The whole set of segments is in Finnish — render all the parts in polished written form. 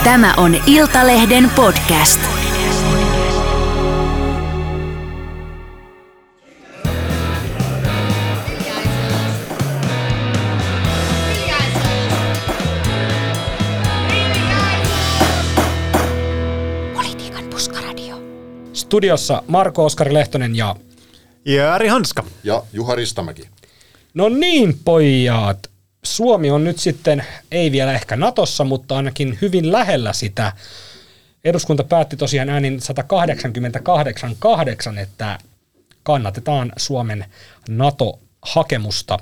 Tämä on Iltalehden podcast. Politiikan puskaradio. Studiossa Marko Oskari Lehtonen ja Jari Hanska. Ja Juha Ristamäki. No niin, pojat. Suomi on nyt sitten, ei vielä ehkä Natossa, mutta ainakin hyvin lähellä sitä. Eduskunta päätti tosiaan äänin 188.8, että kannatetaan Suomen NATO-hakemusta.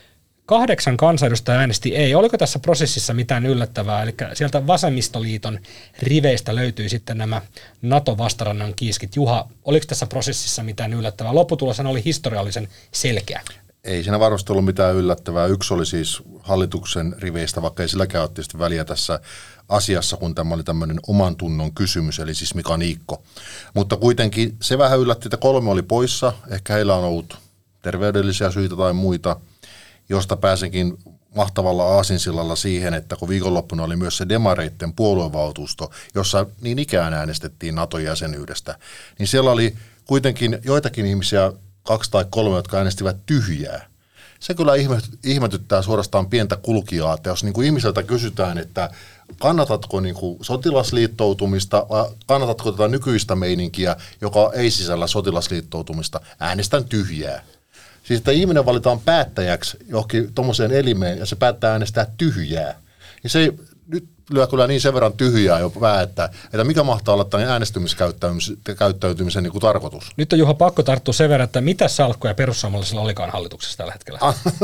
8 kansanedustajaa äänesti ei. Oliko tässä prosessissa mitään yllättävää? Eli sieltä Vasemmistoliiton riveistä löytyi sitten nämä NATO-vastarannan kiiskit. Juha, oliko tässä prosessissa mitään yllättävää? Lopputuloshan oli historiallisen selkeä. Ei siinä varmasti ollut mitään yllättävää. Yksi oli siis hallituksen riveistä, vaikka ei silläkään ole tietysti väliä tässä asiassa, kun tämä oli tämmöinen oman tunnon kysymys, eli siis Mika Niikko. Mutta kuitenkin se vähän yllätti, että 3 oli poissa. Ehkä heillä on ollut terveydellisiä syitä tai muita, josta pääsenkin mahtavalla aasinsillalla siihen, että kun viikonloppuna oli myös se demareitten puoluevaltuusto, jossa niin ikään äänestettiin NATO-jäsenyydestä, niin siellä oli kuitenkin joitakin ihmisiä, 2 tai 3, jotka äänestivät tyhjää. Se kyllä ihmetyttää suorastaan pientä kulkijaa, että jos niin kuin ihmiseltä kysytään, että kannatatko niin kuin sotilasliittoutumista vai kannatatko tätä nykyistä meininkiä, joka ei sisällä sotilasliittoutumista, äänestän tyhjää. Siis että ihminen valitaan päättäjäksi johonkin tuommoiseen elimeen ja se päättää äänestää tyhjää. Ja se nyt lyö kyllä niin sen verran tyhjää jo että mikä mahtaa olla tämän äänestymiskäyttäytymisen niin kuin tarkoitus. Nyt on Juha pakko tarttua sen verran, että mitä salkkuja perussuomalaisilla olikaan hallituksessa tällä hetkellä?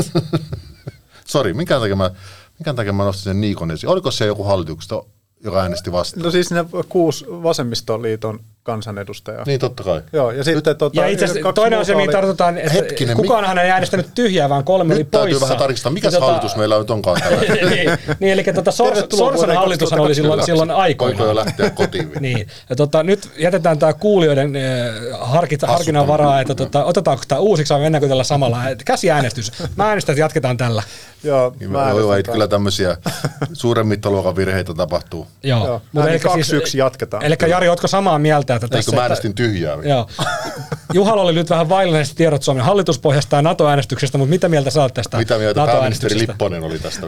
Sori, minkä takia mä nostin sen Niikon esiin? Oliko se joku hallituksesta, joka äänesti vastaan? No siis ne 6 vasemmistoliiton kansanedustajaa. Niin totta kai. Joo, ja sitten ja itse asiassa toinen asia, mihin tartutaan, että kukaanhan ei äänestänyt tyhjää, vaan 3 oli poissa. Nyt täytyy vähän tarkistaa, mikä hallitus meillä nyt onkaan tällä. niin, eli Sorsan hallitushan oli silloin aikoinaan. Voiko jo lähteä kotiin? Niin, ja nyt jätetään tämä kuulijoiden harkinnan varaa, että otetaanko tämä uusiksi vai mennäänkö tällä samalla. Käsiäänestys. Mä äänestän, että jatketaan tällä. Joo, kyllä tämmöisiä suuren mittaluokan virheitä tapahtuu. Joo. Eli 2-1 jatketaan. Eli Jari, ootko samaa mieltä? Eikö mä äänestin tyhjää? Joo. Juhalla oli nyt vähän vaillisesti tiedot Suomen hallituspohjasta ja NATO-äänestyksestä, mutta mitä mieltä sä oot tästä mitä mieltä pääministeri Lipponen oli tästä?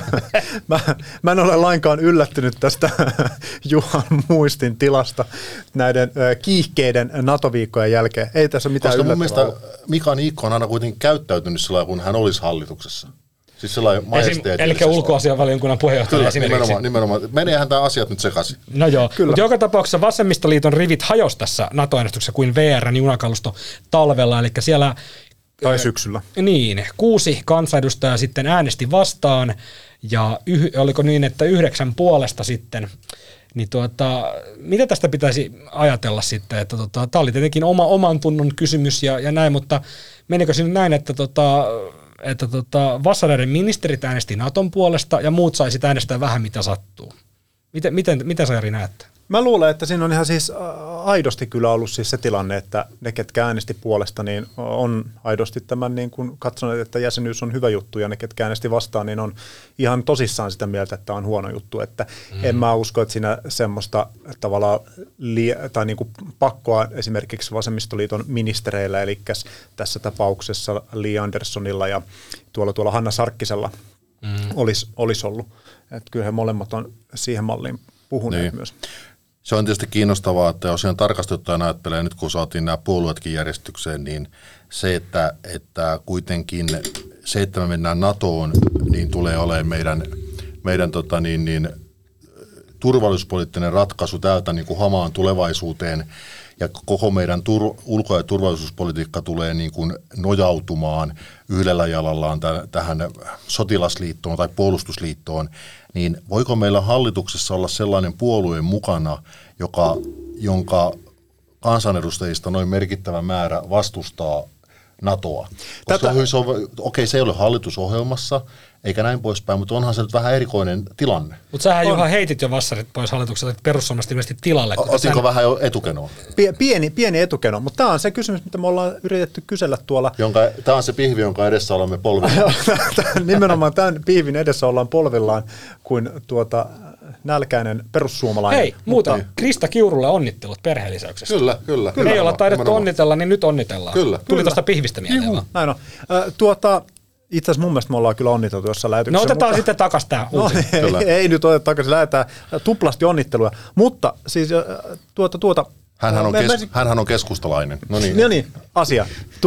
Mä en ole lainkaan yllättynyt tästä Juhan muistin tilasta näiden kiihkeiden NATO-viikkojen jälkeen. Ei tässä mitään yllättävää. Koska mun mielestä Mika Niikko on aina kuitenkin käyttäytynyt sillä kun hän olisi hallituksessa. Siis sellainen majesteetillisesti. Eli ulkoasianvaliokunnan puheenjohtaja esimerkiksi. Nimenomaan. Meneehän tämä asiat nyt sekaisin. No joo, mutta joka tapauksessa Vasemmistoliiton rivit hajosi tässä NATO-äänestyksessä kuin VR:n junakalusto talvella, eli siellä tai syksyllä. Niin, 6 kansanedustajaa sitten äänesti vastaan, ja oliko niin, että 9 puolesta sitten, niin mitä tästä pitäisi ajatella sitten, että tämä oli tietenkin oman tunnon kysymys ja näin, mutta menikö sinne näin, että Vassareiden ministerit äänesti Naton puolesta ja muut sai sitä äänestää vähän mitä sattuu. Miten sä Jari näette? Mä luulen, että siinä on ihan siis aidosti kyllä ollut siis se tilanne, että ne, ketkä äänesti puolesta, niin on aidosti tämän niin kuin katsoneet, että jäsenyys on hyvä juttu, ja ne, ketkä äänesti vastaan, niin on ihan tosissaan sitä mieltä, että on huono juttu. Että en mä usko, että siinä semmoista tavallaan tai niin kuin pakkoa esimerkiksi Vasemmistoliiton ministereillä, eli tässä tapauksessa Li Anderssonilla ja tuolla Hanna Sarkkisella olisi ollut. Että kyllä he molemmat on siihen malliin puhuneet niin myös. Se on tietysti kiinnostavaa, että jos ihan tarkastuttajan ajattelee, nyt kun saatiin nämä puolueetkin järjestykseen, niin se, että kuitenkin se, että me mennään NATOon, niin tulee olemaan meidän turvallisuuspoliittinen ratkaisu täältä niin kuin hamaan tulevaisuuteen, ja koko meidän ulko- ja turvallisuuspolitiikka tulee niin kuin nojautumaan yhdellä jalallaan tähän sotilasliittoon tai puolustusliittoon, niin voiko meillä hallituksessa olla sellainen puolue mukana, jonka kansanedustajista noin merkittävä määrä vastustaa NATOa? Koska se ei ole hallitusohjelmassa, eikä näin poispäin, mutta onhan se nyt vähän erikoinen tilanne. Mutta sähän Juha heitit jo vassarit pois hallituksesta, että perussuomalaiset ilmeisesti tilalle. Otinko vähän jo etukenoa? Pieni etukeno, mutta tämä on se kysymys, mitä me ollaan yritetty kysellä tuolla. Tämä on se pihvi, jonka edessä olemme polvillaan. Nimenomaan tämän pihvin edessä ollaan polvillaan kuin nälkäinen perussuomalainen. Hei, muuta. Krista Kiurulle onnittelut perheellisäyksestä. Kyllä. Me ei olla taidettu onnitella, niin nyt onnitellaan. Kyllä. Tuli tuosta pihvistä mieleen vaan. Näin on. Itse asiassa mun mielestä me ollaan kyllä onniteltu jossain lähetyksessä. No otetaan sitten takaisin tämä ei nyt oteta takaisin, lähdetään tuplasti onnitteluja. Mutta siis Hänhän on keskustalainen. No niin, asia.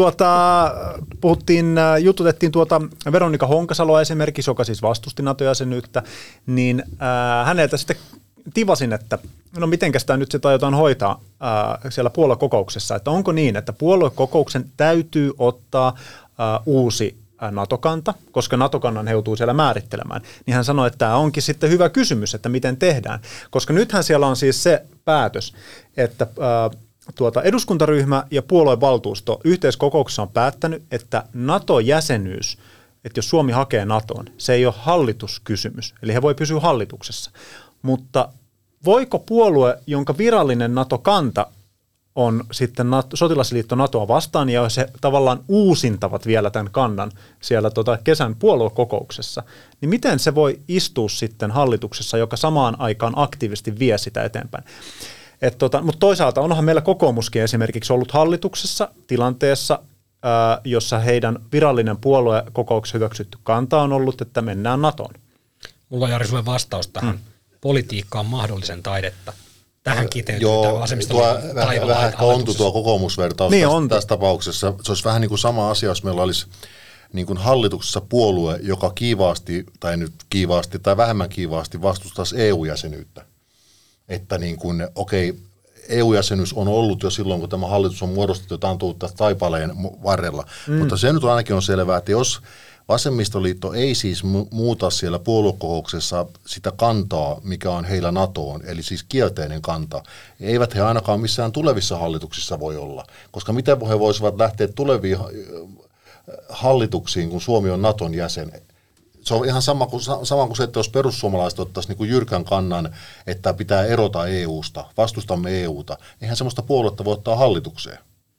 Jututettiin Veronika Honkasaloa esimerkiksi, joka siis vastusti NATO-jäsenyyttä, niin häneltä sitten tivasin, että no mitenkäs tämä nyt sitten aiotaan hoitaa siellä puoluekokouksessa, että onko niin, että puoluekokouksen täytyy ottaa uusi NATO-kanta, koska NATO-kannan he joutuu siellä määrittelemään, niin hän sanoi, että tämä onkin sitten hyvä kysymys, että miten tehdään, koska nythän siellä on siis se päätös, että eduskuntaryhmä ja puoluevaltuusto yhteiskokouksessa on päättänyt, että NATO-jäsenyys, että jos Suomi hakee NATOon, se ei ole hallituskysymys, eli he voi pysyä hallituksessa, mutta voiko puolue, jonka virallinen NATO-kanta on sitten sotilasliitto NATOa vastaan, ja jos he tavallaan uusintavat vielä tämän kannan siellä kesän puoluekokouksessa, niin miten se voi istua sitten hallituksessa, joka samaan aikaan aktiivisesti vie sitä eteenpäin? Mutta toisaalta onhan meillä kokoomuskin esimerkiksi ollut hallituksessa tilanteessa, jossa heidän virallinen puoluekokouksessa hyväksytty kanta on ollut, että mennään NATOon. Mulla on Jari sulle vastaus tähän. Politiikka on mahdollisen taidetta. Tähän kiteytyy tämä vasemmistoliiton vähän ehkä ontu tuo kokoomusvertaus niin tässä tapauksessa. Se olisi vähän niin kuin sama asia, jos meillä olisi niin kuin hallituksessa puolue, joka kiivaasti tai vähemmän kiivaasti vastustaisi EU-jäsenyyttä. Että niin kuin, EU-jäsenyys on ollut jo silloin, kun tämä hallitus on muodostettu, jotain tullut tässä taipaleen varrella. Mutta se nyt ainakin on selvää, että jos vasemmistoliitto ei siis muuta siellä puoluekokouksessa sitä kantaa, mikä on heillä NATOon, eli siis kielteinen kanta, eivät he ainakaan missään tulevissa hallituksissa voi olla. Koska miten he voisivat lähteä tuleviin hallituksiin, kun Suomi on NATOn jäsen? Se on ihan sama kuin se, että jos perussuomalaiset ottaisiin niin kuin jyrkän kannan, että pitää erota EUsta, vastustamme EUta, eihän semmoista puoluetta voi ottaa hallitukseen.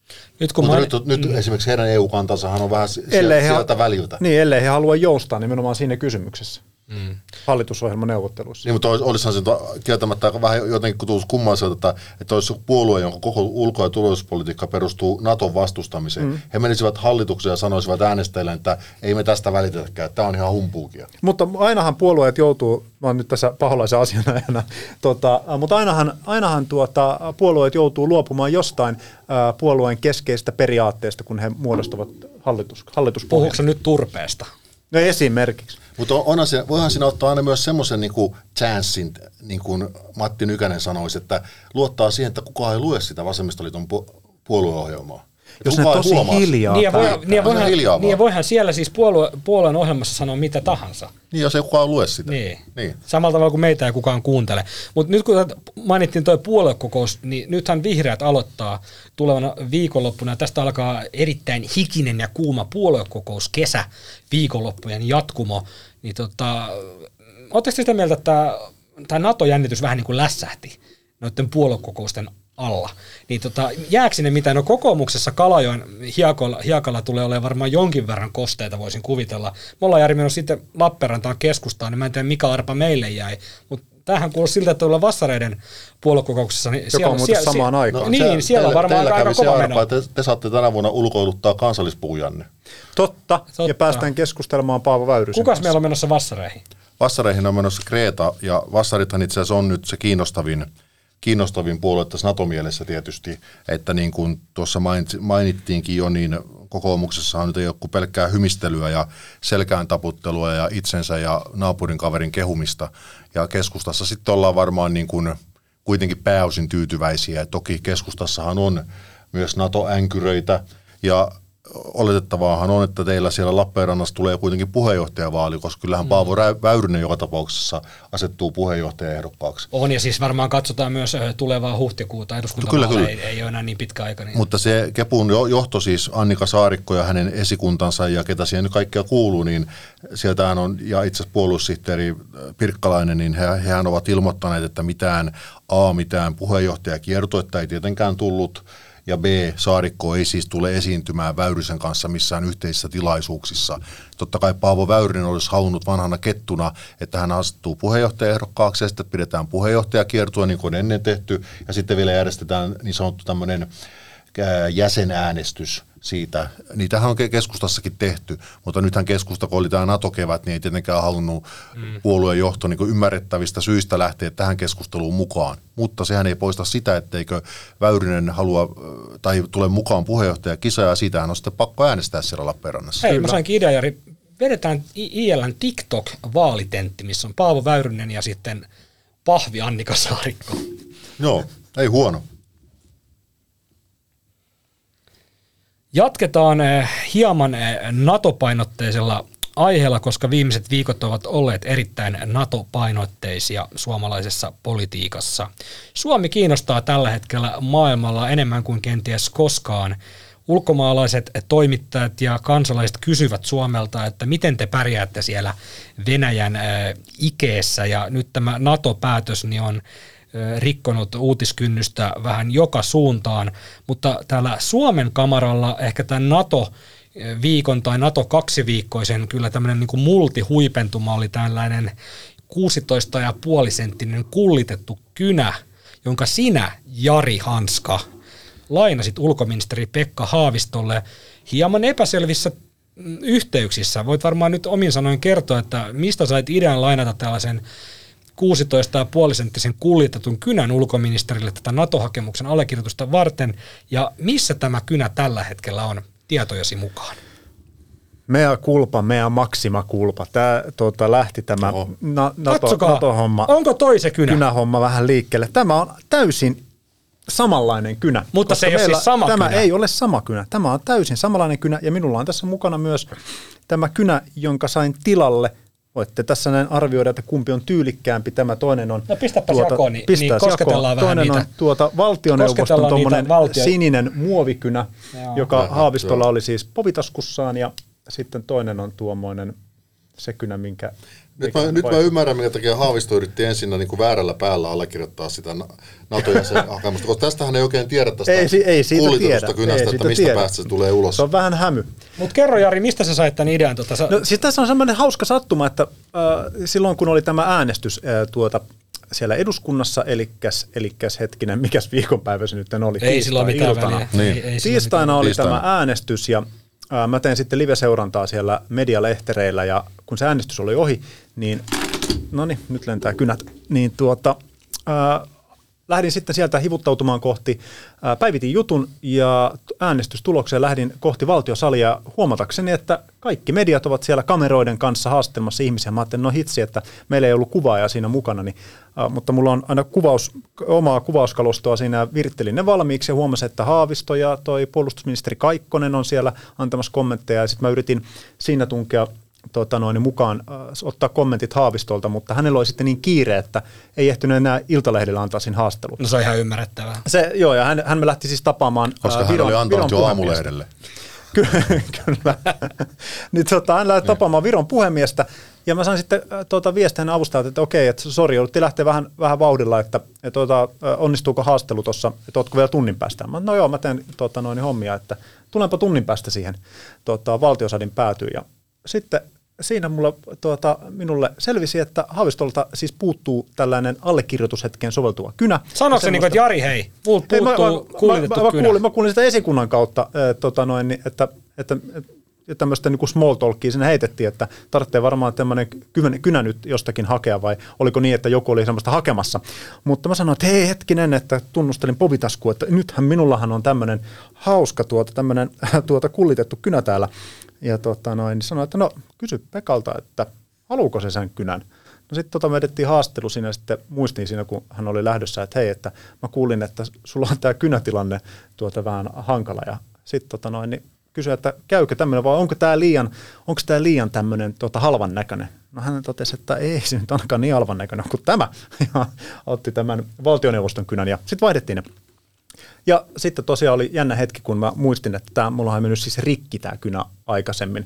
Nyt esimerkiksi heidän EU-kantansahan on vähän sieltä väliltä. Niin, ellei he halua joustaa nimenomaan siinä kysymyksessä. Hallitusohjelmaneuvotteluissa. Niin, mutta olisihan se kieltämättä vähän jotenkin kummalliselta, että olisi puolue, jonka koko ulko- ja turvallisuuspolitiikka perustuu NATOn vastustamiseen. He menisivät hallitukseen ja sanoisivat äänestäjille, että ei me tästä välitetäkään, tämä on ihan humpuukia. Mutta ainahan puolueet joutuu, mä oon nyt tässä paholaisen asianajana, mutta ainahan puolueet joutuu luopumaan jostain puolueen keskeistä periaatteesta, kun he muodostavat hallituspohjan. Puhuuko se nyt turpeesta? No esimerkiksi. Mutta voihan siinä ottaa aina myös semmoisen niin chanssin, niin kuin Matti Nykänen sanoisi, että luottaa siihen, että kukaan ei lue sitä vasemmistoliiton puolueohjelmaa. Jos ne tosi hiljaa. Niin voihan siellä siis puolueen ohjelmassa sanoa mitä tahansa. Niin, jos ei kukaan lue sitä. Niin. Samalla tavalla kuin meitä ei kukaan kuuntele. Mutta nyt kun mainittiin tuo puoluekokous, niin nythän vihreät aloittaa tulevana viikonloppuna. Ja tästä alkaa erittäin hikinen ja kuuma puoluekokous kesä viikonloppujen jatkumo. Niin ootteko sitä mieltä, että tämä NATO-jännitys vähän niin kuin lässähti noiden puoluekokousten alla, niin jääkö sinne mitään? No kokoomuksessa Kalajoen hiekalla tulee olemaan varmaan jonkin verran kosteita, voisin kuvitella. Me ollaan Jari mennyt sitten Lappeenrantaan keskustaan, niin mä en tiedä mikä arpa meille jäi, mutta tämähän kuulostaa siltä, että ollaan vassareiden puoluekokouksessa. Niin joka on muuten samaan aikaan. Niin, siellä on varmaan aika kova meno. Te saatte tänä vuonna ulkoiluttaa kansallispuujanne. Totta, ja päästään keskustelemaan Paavo Väyrysen Kukas meillä on menossa vassareihin? Vassareihin on menossa Kreta, ja vassarithan itse asiassa on nyt se kiinnostavin puolue tässä NATO-mielessä tietysti, että niin kuin tuossa mainittiinkin jo, niin kokoomuksessahan nyt ei ole kuin pelkkää hymistelyä ja selkään taputtelua ja itsensä ja naapurin kaverin kehumista. Ja keskustassa sitten ollaan varmaan niin kuin kuitenkin pääosin tyytyväisiä. Toki keskustassahan on myös NATO-änkyröitä ja oletettavaahan on, että teillä siellä Lappeenrannassa tulee kuitenkin puheenjohtajavaali, koska kyllähän Paavo Väyrynen joka tapauksessa asettuu puheenjohtajaehdokkaaksi. On, ja siis varmaan katsotaan myös tulevaa huhtikuuta eduskuntavaaleja, ei ole enää niin pitkä aika. Niin. Mutta se Kepun johto siis Annika Saarikko ja hänen esikuntansa ja ketä siihen nyt kaikkea kuuluu, niin sieltähän on, ja itse asiassa puolustussihteeri Pirkkalainen, niin hehän ovat ilmoittaneet, että mitään puheenjohtajakiertuetta ei tietenkään tullut, ja B, Saarikko ei siis tule esiintymään Väyrysen kanssa missään yhteisissä tilaisuuksissa. Totta kai Paavo Väyrynen olisi halunnut vanhana kettuna, että hän asettuu puheenjohtajaehdokkaaksi ja sitten pidetään puheenjohtajakiertua niin kuin ennen tehty ja sitten vielä järjestetään niin sanottu tämmöinen jäsenäänestys siitä. Niitähän on keskustassakin tehty, mutta nythän keskusta, kun oli tämä NATO-kevät, niin ei tietenkään halunnut puolueen johto niin ymmärrettävistä syistä lähteä tähän keskusteluun mukaan. Mutta sehän ei poista sitä, etteikö Väyrynen halua tai tule mukaan puheenjohtajakisaan, ja siitähän on sitten pakko äänestää siellä Lappeenrannassa. Hei, mä sainkin idean, Jari. Vedetään IL:n TikTok-vaalitentti, missä on Paavo Väyrynen ja sitten Pahvi Annika Saarikko. Joo, ei huono. Jatketaan hieman NATO-painotteisella aiheella, koska viimeiset viikot ovat olleet erittäin NATO-painotteisia suomalaisessa politiikassa. Suomi kiinnostaa tällä hetkellä maailmalla enemmän kuin kenties koskaan. Ulkomaalaiset toimittajat ja kansalaiset kysyvät Suomelta, että miten te pärjäätte siellä Venäjän ikeessä, ja nyt tämä NATO-päätös niin on rikkonut uutiskynnystä vähän joka suuntaan, mutta täällä Suomen kamaralla ehkä tämän NATO-viikon tai NATO-2-viikkoisen kyllä tämmöinen niin kuin multihuipentuma oli tällainen 16,5-senttinen kullitettu kynä, jonka sinä, Jari Hanska, lainasit ulkoministeri Pekka Haavistolle hieman epäselvissä yhteyksissä. Voit varmaan nyt omin sanoin kertoa, että mistä sait idean lainata tällaisen 16,5-senttisen kullitetun kynän ulkoministerille tätä NATO-hakemuksen allekirjoitusta varten, ja missä tämä kynä tällä hetkellä on tietojasi mukaan? Mea culpa, mea maxima culpa. Tämä lähti tämä NATO-homma. Onko toi se kynä? Kynähomma vähän liikkeelle. Tämä on täysin samanlainen kynä. Mutta se ei ole siis sama tämä kynä. ei ole sama kynä. Tämä on täysin samanlainen kynä, ja minulla on tässä mukana myös tämä kynä, jonka sain tilalle. Voitte tässä näin arvioida, että kumpi on tyylikkäämpi. Tämä toinen on... No pistäpäs jakoon, niin kosketellaan vähän toinen niitä. on valtioneuvoston tuommoinen sininen muovikynä, joka Haavistolla oli siis povitaskussaan, ja sitten toinen on tuommoinen se kynä, minkä... Nyt mä ymmärrän, minkä takia Haavisto yritti ensin niin kuin väärällä päällä allekirjoittaa sitä NATO-jäsenhakemusta, koska tästähän ei oikein tiedä tästä kullitetusta kynästä, että mistä päästä se tulee ulos. Se on vähän hämy. Mutta kerro, Jari, mistä sä sait tämän idean? No siis tässä on semmoinen hauska sattuma, että silloin kun oli tämä äänestys siellä eduskunnassa, elikkäs hetkinen, mikäs viikonpäivä se nyt oli? Ei silloin mitään väliä. Niin. Tiistaina oli tämä äänestys, ja mä tein sitten live-seurantaa siellä medialehtereillä, ja kun se äänestys oli ohi, niin nyt lentää kynät, niin lähdin sitten sieltä hivuttautumaan kohti, päivitin jutun ja äänestystulokseen lähdin kohti valtiosalia huomatakseni, että kaikki mediat ovat siellä kameroiden kanssa haastattelemassa ihmisiä. Mä ajattelin, no hitsi, että meillä ei ollut kuvaajaa siinä mukana, mutta mulla on aina omaa kuvauskalustoa siinä, virittelin ne valmiiksi ja huomasin, että Haavisto ja toi puolustusministeri Kaikkonen on siellä antamassa kommentteja, ja sitten mä yritin siinä tunkea mukaan ottaa kommentit Haavistolta, mutta hänellä oli sitten niin kiire, että ei ehtinyt enää Iltalehdellä antaa siinä haastattelua. No se on ihan ymmärrettävää. Joo, ja hän me lähti siis tapaamaan koska hän oli antanut jo Aamulehdelle. Kyllä. Nyt hän lähti tapaamaan Viron puhemiestä, ja mä sain sitten viestiä hänen avustajalta, että okei, että sori, jouduttiin lähteä vähän vauhdilla, että onnistuuko haastattelu tuossa, että ootko vielä tunnin päästä. No joo, mä teen hommia, että tulenpa tunnin päästä siihen valtiosadin päätyyn, ja sitten siinä minulle selvisi, että Haavistolta siis puuttuu tällainen allekirjoitushetkeen soveltuva kynä. Sanoiko se niin, että Jari, hei, puuttuu kullitettu kynä? Mä kuulin sitä esikunnan kautta, että tämmöistä niin kuin small talkia sinne heitettiin, että tarvitsee varmaan tämmöinen kynä nyt jostakin hakea, vai oliko niin, että joku oli semmoista hakemassa. Mutta mä sanoin, että hei hetkinen, että tunnustelin povitaskuun, että nythän minullahan on tämmöinen hauska tämmöinen kullitettu kynä täällä. Ja niin sanoin, että no kysy Pekalta, että haluuko se sen kynän. No sitten me edettiin haastattelu siinä, ja sitten muistin siinä, kun hän oli lähdössä, että hei, että mä kuulin, että sulla on tämä kynätilanne vähän hankala. Ja sitten niin kysyi, että käykö tämmöinen vai onko tämä liian tämmöinen halvan näköinen. No hän totesi, että ei se nyt ainakaan niin halvan näköinen kuin tämä. Ja otti tämän valtioneuvoston kynän ja sitten vaihdettiin ne. Ja sitten tosiaan oli jännä hetki, kun mä muistin, että mulla on mennyt siis rikki tämä kynä aikaisemmin,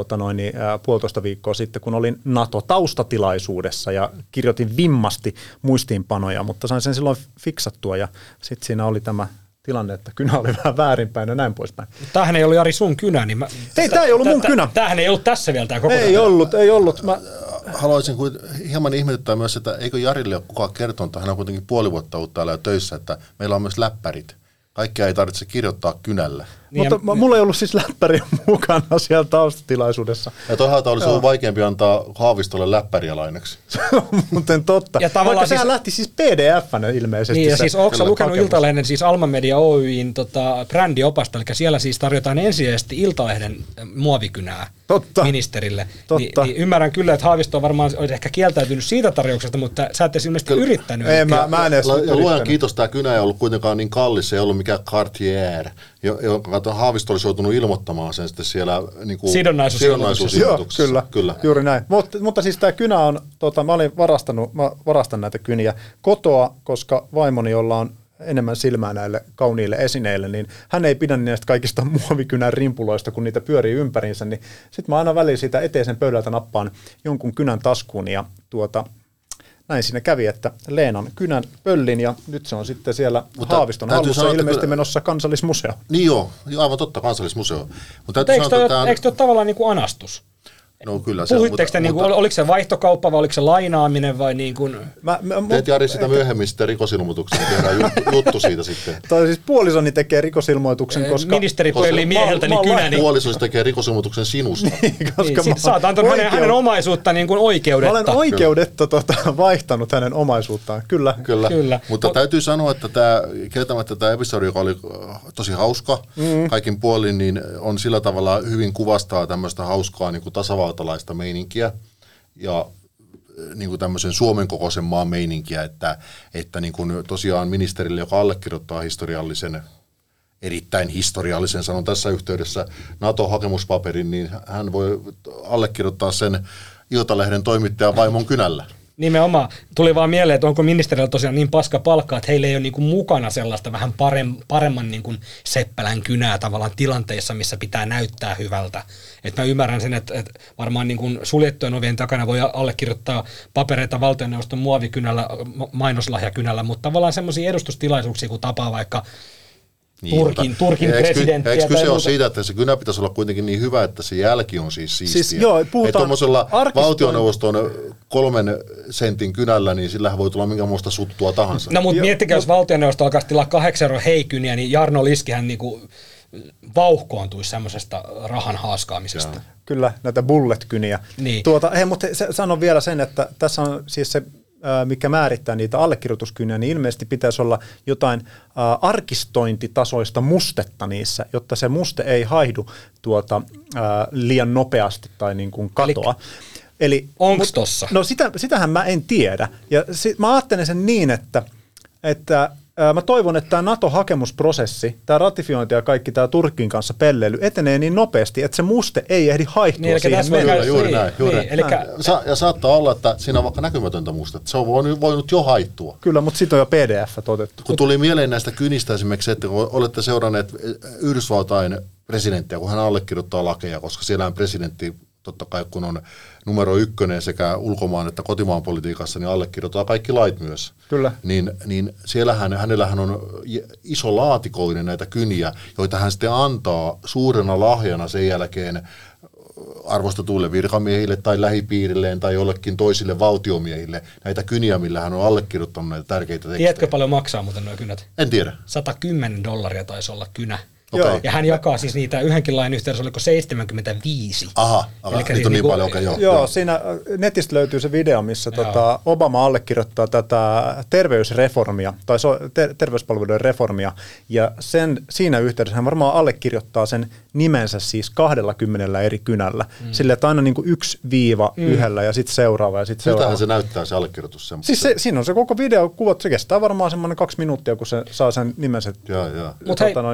1,5 viikkoa sitten, kun olin NATO-taustatilaisuudessa ja kirjoitin vimmasti muistiinpanoja, mutta sain sen silloin fiksattua ja sitten siinä oli tämä tilanne, että kynä oli vähän väärinpäin ja näin poispäin. Tämähän ei ollut Jari sun kynä, niin ei, tämä ei ollut mun kynä. Tämähän ei ollut tässä vielä tämä koko Ei ollut. Haluaisin hieman ihmetyttää myös, että eikö Jarille ole kukaan kertonut, että hän on kuitenkin puoli vuotta ollut täällä töissä, että meillä on myös läppärit. Kaikkea ei tarvitse kirjoittaa kynällä. Niin, mutta mulla ei ollut siis läppäriä mukana siellä taustatilaisuudessa. Ja toisaalta olisi ollut vaikeampi antaa Haavistolle läppäriä lainaksi. Se on muuten totta. Ja vaikka sehän siis lähti siis PDF-nä ilmeisesti. Niin, ja siis ootko lukenut Iltalehden siis Alma Media Oyin brändiopasta, eli siellä siis tarjotaan ensisijaisesti Iltalehden muovikynää ministerille. Niin ymmärrän kyllä, että Haavisto varmaan olisi ehkä kieltäytynyt siitä tarjouksesta, mutta sä et ilmeisesti yrittänyt. Ei, mä en edes yrittänyt. Luojan kiitos, tämä kynä ei ollut kuitenkaan niin kallis, se ei ollut mikään Cartier, jonka Haavisto olisi joutunut ilmoittamaan sen sitten siellä niin kuin sidonnaisuusilmoituksessa. Joo, kyllä, juuri näin. Mutta siis tämä kynä on, mä varastan näitä kyniä kotoa, koska vaimoni, jolla on enemmän silmää näille kauniille esineille, niin hän ei pidä näistä kaikista muovikynän rimpuloista, kun niitä pyörii ympäriinsä, niin sitten mä aina väliin siitä eteisen pöydältä nappaan jonkun kynän taskuun ja näin siinä kävi, että Leenan kynän pöllin ja nyt se on sitten siellä Haaviston hallussa ilmeisesti menossa Kansallismuseo. Niin joo, aivan totta, Kansallismuseo. Mutta eikö tämä ole tavallaan niin kuin anastus? No kyllä se puhuitteko te, oliko se vaihtokauppa vai oliko se lainaaminen vai niin kuin? Teet Jari sitä myöhemmin sitten rikosilmoituksen, tehdään juttu siitä sitten. Tai siis puolisoni tekee rikosilmoituksen, koska ministeri puheli mieheltäni kynäni. Puolisosi tekee rikosilmoituksen sinusta. Sä oot antanut hänen omaisuutta niin kuin oikeudetta. Mä olen oikeudetta vaihtanut hänen omaisuuttaan, kyllä. Mutta täytyy sanoa, että kieltämättä tämä episodi, joka oli tosi hauska kaikin puolin, niin on sillä tavalla hyvin kuvastaa tämmöistä hauskaa niin kuin tasavaltalaista meininkiä ja niin kuin tämmöisen Suomen kokoisen maan meininkiä, että niin kuin tosiaan ministerille, joka allekirjoittaa erittäin historiallisen, sanon tässä yhteydessä, NATO-hakemuspaperin, niin hän voi allekirjoittaa sen Iltalehden toimittajan vaimon kynällä. Nimenomaan. Tuli vaan mieleen, että onko ministerillä tosiaan niin paska palkka, että heillä ei ole niin kuin mukana sellaista vähän paremman niin kuin seppälän kynää tavallaan tilanteissa, missä pitää näyttää hyvältä. Että mä ymmärrän sen, että varmaan niin kuin suljettujen ovien takana voi allekirjoittaa papereita valtioneuvoston muovikynällä, mainoslahjakynällä, mutta tavallaan semmoisia edustustilaisuuksia, kun tapaa vaikka Turkin presidenttiä. Eikö kyse ole siitä, että se kynä pitäisi olla kuitenkin niin hyvä, että se jälki on siis siistiä? Siis joo, että tuollaisella valtioneuvoston 3 sentin kynällä, niin sillähän voi tulla minkälaista suttua tahansa. No mutta miettikää, jos valtioneuvosto alkaisi tilaa 8 € heikyniä, niin Jarno Liskihän niinku vauhkoontuisi semmoisesta rahan haaskaamisesta. Joo. Kyllä, näitä bullet-kyniä. Niin. Mutta sanon vielä sen, että tässä on siis se, mikä määrittää niitä allekirjoituskyniä, niin ilmeisesti pitäisi olla jotain arkistointitasoista mustetta niissä, jotta se muste ei haihdu liian nopeasti tai niin kuin katoa. Eli onko tossa? No sitähän mä en tiedä. Ja mä ajattelen sen niin, että mä toivon, että tämä NATO-hakemusprosessi, tämä ratifiointi ja kaikki tämä Turkin kanssa pelleily etenee niin nopeasti, että se muste ei ehdi haihtua siihen mennessä. Juuri näin. Ja saattaa olla, että siinä on vaikka näkymätöntä mustetta. Se on voinut jo haittua. Kyllä, mutta sitten on jo PDF otettu. Kun tuli mieleen näistä kynistä esimerkiksi, että kun olette seuranneet Yhdysvaltain presidenttiä, kun hän allekirjoittaa lakeja, koska siellä presidentti, totta kai kun on numero 1 sekä ulkomaan että kotimaan politiikassa, niin allekirjoittaa kaikki lait myös. Kyllä. Niin hänellähän on iso laatikoinen näitä kyniä, joita hän sitten antaa suurena lahjana sen jälkeen arvostetuille virkamiehille tai lähipiirilleen tai jollekin toisille valtiomiehille näitä kyniä, millä hän on allekirjoittanut näitä tärkeitä tekstejä. Tiedätkö paljon maksaa muuten nuo kynät? En tiedä. $110 taisi olla kynä. Okay. Ja hän jakaa siis niitä yhdenkin lain yhteydessä, oliko 75. Aha, nyt siis on niin paljon, okei, joo. Joo, siinä netistä löytyy se video, missä Obama allekirjoittaa tätä terveysreformia, tai terveyspalveluiden reformia, ja siinä yhteydessä hän varmaan allekirjoittaa sen nimensä siis 20 eri kynällä, sillä että aina niin kuin 1 viiva yhdellä ja sitten seuraava ja sitten seuraava. Mitähän se näyttää se allekirjoitus? Siis siinä on se koko videokuvat, se kestää varmaan semmoinen 2 minuuttia, kun se saa sen nimensä. Joo.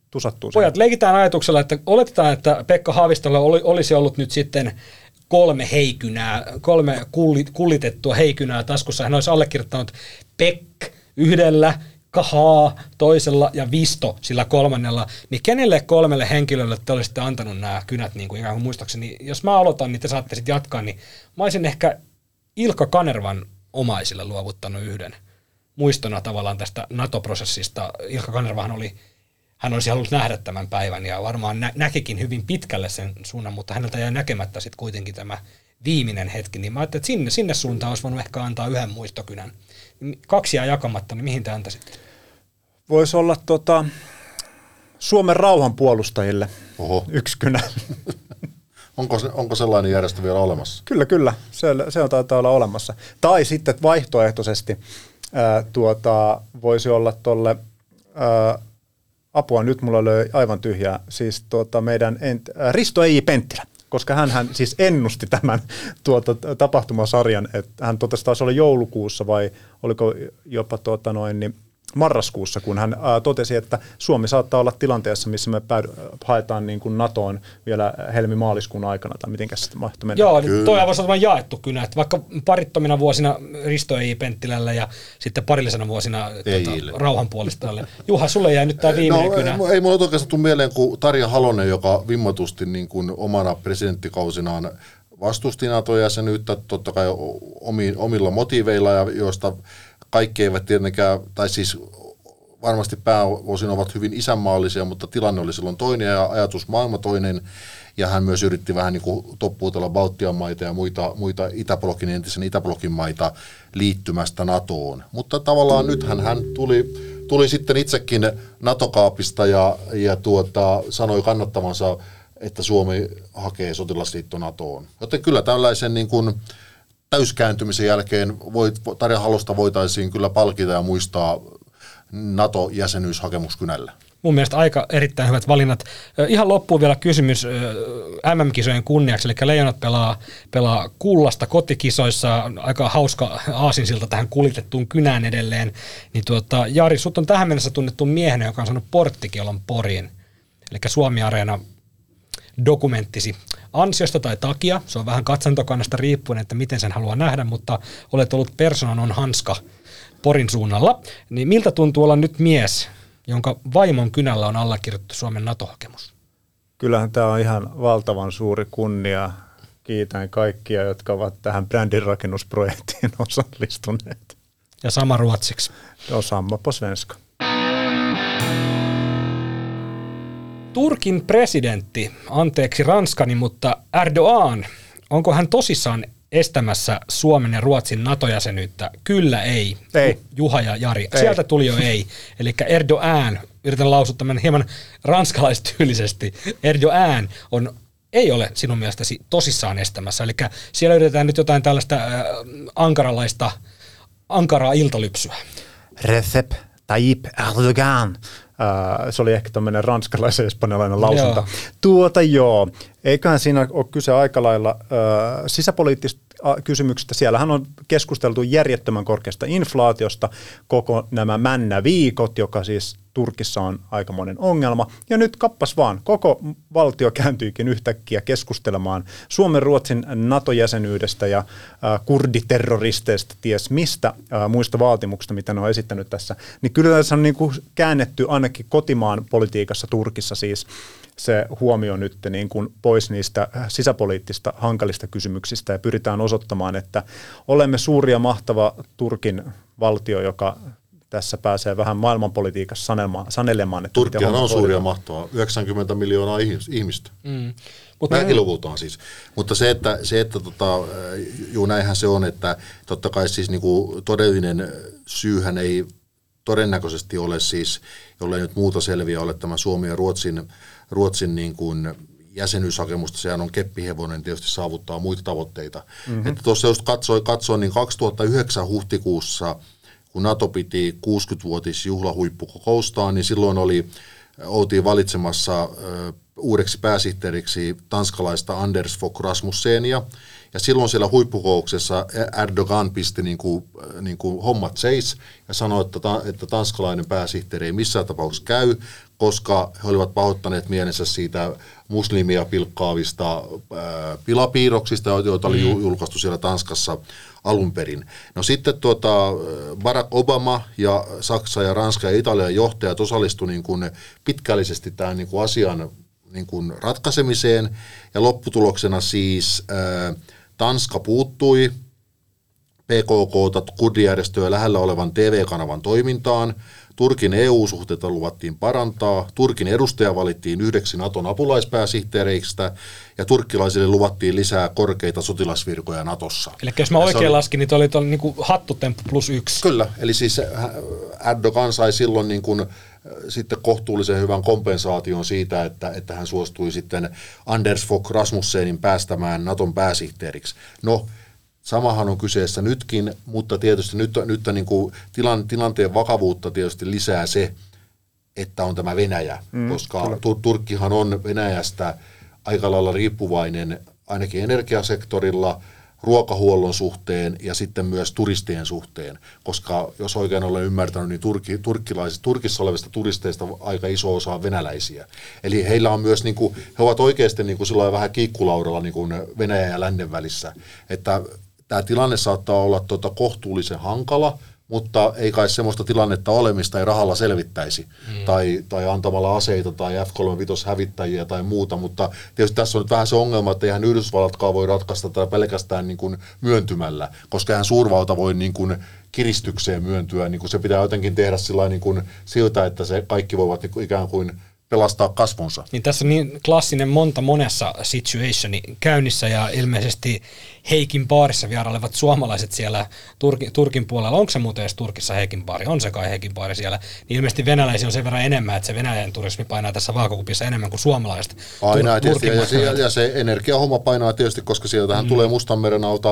tusattuu. Pojat, leikitään ajatuksella, että oletetaan, että Pekka Haavistolla olisi ollut nyt sitten 3 kullitettua heikynää taskussa. Hän olisi allekirjoittanut Pekk yhdellä, Kahaa toisella ja Visto sillä 3. Niin kenelle 3 henkilölle te olisitte antanut nämä kynät niin kuin ikään kuin muistaakseni? Jos mä aloitan, niin te saatte sitten jatkaa, niin mä olisin ehkä Ilkka Kanervan omaisille luovuttanut yhden muistona tavallaan tästä NATO-prosessista. Ilkka Kanervahan hän olisi halunnut nähdä tämän päivän ja varmaan näkikin hyvin pitkälle sen suunnan, mutta häneltä jäi näkemättä sitten kuitenkin tämä viimeinen hetki. Niin mä ajattelin, että sinne suuntaan olisi voinut ehkä antaa yhden muistokynän. 2 jää jakamatta, niin mihin te antaisitte? Voisi olla Suomen rauhanpuolustajille yksi kynä. Onko sellainen järjestö vielä olemassa? Kyllä. Se on taitaa olla olemassa. Tai sitten vaihtoehtoisesti voisi olla tuolle, apua nyt mulla löi aivan tyhjää, siis meidän Risto Eiji Penttilä, koska hän siis ennusti tämän tapahtumasarjan, että hän taisi olla joulukuussa vai oliko jopa marraskuussa, kun hän totesi, että Suomi saattaa olla tilanteessa, missä me haetaan niin kuin NATOon vielä helmi-maaliskuun aikana, tai mitenkäs sitä mahtoi mennä. Joo, toi voisi olla jaettu kynä, että vaikka parittomina vuosina Risto Eiji Penttilälle ja sitten parillisena vuosina rauhanpuolistajalle. Juha, sulle jäi nyt tämä viimeinen kynä. Ei mulla oikeastaan tule mieleen kuin Tarja Halonen, joka vimmatusti niin kuin omana presidenttikausinaan vastusti NATO-jäsenyyttä, totta kai omilla motiiveilla, ja joista kaikki eivät tietenkään, tai siis varmasti pääosin ovat hyvin isänmaallisia, mutta tilanne oli silloin toinen ja ajatusmaailma toinen, ja hän myös yritti vähän niin kuin toppuutella Baltian maita ja muita entisen Itäblokin maita liittymästä NATOon. Mutta tavallaan nythän hän tuli sitten itsekin NATO-kaapista ja sanoi kannattavansa, että Suomi hakee sotilasliitto NATOon. Joten kyllä tällaisen niin kuin täyskääntymisen jälkeen Tarja Halosta voitaisiin kyllä palkita ja muistaa NATO-jäsenyyshakemuskynällä. Mun mielestä aika erittäin hyvät valinnat. Ihan loppuun vielä kysymys MM-kisojen kunniaksi, eli Leijonat pelaa Kullasta kotikisoissa, aika hauska aasinsilta tähän kulitettuun kynään edelleen. Niin Jari, sut on tähän mennessä tunnettu miehenä, joka on saanut porttikielon Poriin, eli Suomi-areena dokumenttisi ansiosta tai takia, se on vähän katsantokannasta riippuen, että miten sen haluaa nähdä, mutta olet ollut persona non hanska Porin suunnalla, niin miltä tuntuu olla nyt mies, jonka vaimon kynällä on allekirjoitettu Suomen NATO-hakemus? Kyllähän tämä on ihan valtavan suuri kunnia. Kiitän kaikkia, jotka ovat tähän brändinrakennusprojektiin osallistuneet. Ja sama ruotsiksi. Samma på svenska. Turkin presidentti, anteeksi ranskani, mutta Erdoğan, onko hän tosissaan estämässä Suomen ja Ruotsin NATO-jäsenyyttä? Kyllä, ei. Juha ja Jari. Ei. Sieltä tuli jo ei. Eli Erdoğan, yritän lausua tämän hieman ranskalaistyylisesti, Erdoğan ei ole sinun mielestäsi tosissaan estämässä. Eli siellä yritetään nyt jotain tällaista ankaraa iltalypsyä. Recep Tayyip Erdogan. Se oli ehkä tämmöinen ranskalais-espanjalainen lausunta. Joo. Eiköhän siinä ole kyse aika lailla sisäpoliittisista kysymyksistä. Siellähän on keskusteltu järjettömän korkeasta inflaatiosta koko nämä männäviikot, joka siis Turkissa on aikamoinen ongelma. Ja nyt kappas vaan, koko valtio kääntyykin yhtäkkiä keskustelemaan Suomen, Ruotsin NATO-jäsenyydestä ja kurditerroristeista, ties mistä muista vaatimuksista, mitä ne on esittänyt tässä. Niin kyllä tässä on niin kuin käännetty ainakin kotimaan politiikassa Turkissa siis se huomio nyt niin kuin pois niistä sisäpoliittista hankalista kysymyksistä ja pyritään osoittamaan, että olemme suuri ja mahtava Turkin valtio, joka tässä pääsee vähän maailmanpolitiikassa sanelemaan. Turkkihan on suuri ja mahtava, 90 miljoonaa ihmistä. Näinkin luvultaan siis. Mutta se, että näinhän se on, että totta kai siis niinku todellinen syyhän ei todennäköisesti ole siis, jollei nyt muuta selviä ole tämä Suomi ja Ruotsin niin kuin jäsenyyshakemusta, sehän on keppihevonen tietysti saavuttaa muita tavoitteita. Että tuossa just katsoin niin 2009 huhtikuussa, kun NATO piti 60-vuotisjuhlahuippukokoustaan, niin silloin oltiin valitsemassa uudeksi pääsihteeriksi tanskalaista Anders Fogh Rasmussenia, Ja silloin siellä huippukokouksessa Erdogan pisti niin kuin hommat seis ja sanoi, että tanskalainen pääsihteeri ei missään tapauksessa käy, koska he olivat pahoittaneet mielensä siitä muslimia pilkkaavista pilapiirroksista, joita oli julkaistu siellä Tanskassa alun perin. No sitten Barack Obama ja Saksa ja Ranska ja Italian johtajat osallistuivat niin kuin pitkällisesti tähän niin kuin asian niin kuin ratkaisemiseen, ja lopputuloksena siis Tanska puuttui PKK:ta, kurdijärjestöä lähellä olevan TV-kanavan toimintaan. Turkin EU-suhteita luvattiin parantaa, Turkin edustaja valittiin yhdeksi Naton apulaispääsihteereistä ja turkkilaisille luvattiin lisää korkeita sotilasvirkoja Natossa. Eli jos mä oikein laskin, niin oli niin kuin hattutemppu +1. Kyllä, eli siis Erdogan sai silloin niin kuin sitten kohtuullisen hyvän kompensaation siitä, että hän suostui sitten Anders Fogh Rasmussenin päästämään Naton pääsihteeriksi. No, samahan on kyseessä nytkin, mutta tietysti nyt niin kuin tilanteen vakavuutta tietysti lisää se, että on tämä Venäjä, koska Turkkihan on Venäjästä aika lailla riippuvainen ainakin energiasektorilla, ruokahuollon suhteen ja sitten myös turistien suhteen, koska jos oikein olen ymmärtänyt, niin Turkissa olevista turisteista aika iso osa on venäläisiä. Eli heillä on myös, niin kuin, he ovat oikeasti niin kuin silloin vähän kiikkulaudalla niin kuin Venäjän ja lännen välissä, että tämä tilanne saattaa olla kohtuullisen hankala, mutta ei kai semmoista tilannetta ole, mistä ei rahalla selvittäisi, tai antamalla aseita tai F-35-hävittäjiä tai muuta, mutta tietysti tässä on nyt vähän se ongelma, että eihän Yhdysvallatkaan voi ratkaista tätä pelkästään niin kuin myöntymällä, koska eihän suurvalta voi niin kuin kiristykseen myöntyä, niin kuin se pitää jotenkin tehdä niin kuin siltä, että se kaikki voivat niin kuin ikään kuin pelastaa kasvonsa. Niin tässä on niin klassinen monessa situationi käynnissä, ja ilmeisesti Heikin baarissa vierailevat suomalaiset siellä Turkin puolella. Onko se muuten edes Turkissa Heikin baari? On se kai Heikin baari siellä. Niin ilmeisesti venäläisiä on sen verran enemmän, että se Venäjän turismi painaa tässä vaakakupissa enemmän kuin suomalaiset. Aina tietysti, ja se energiahomma painaa tietysti, koska sieltähän tulee Mustanmeren alta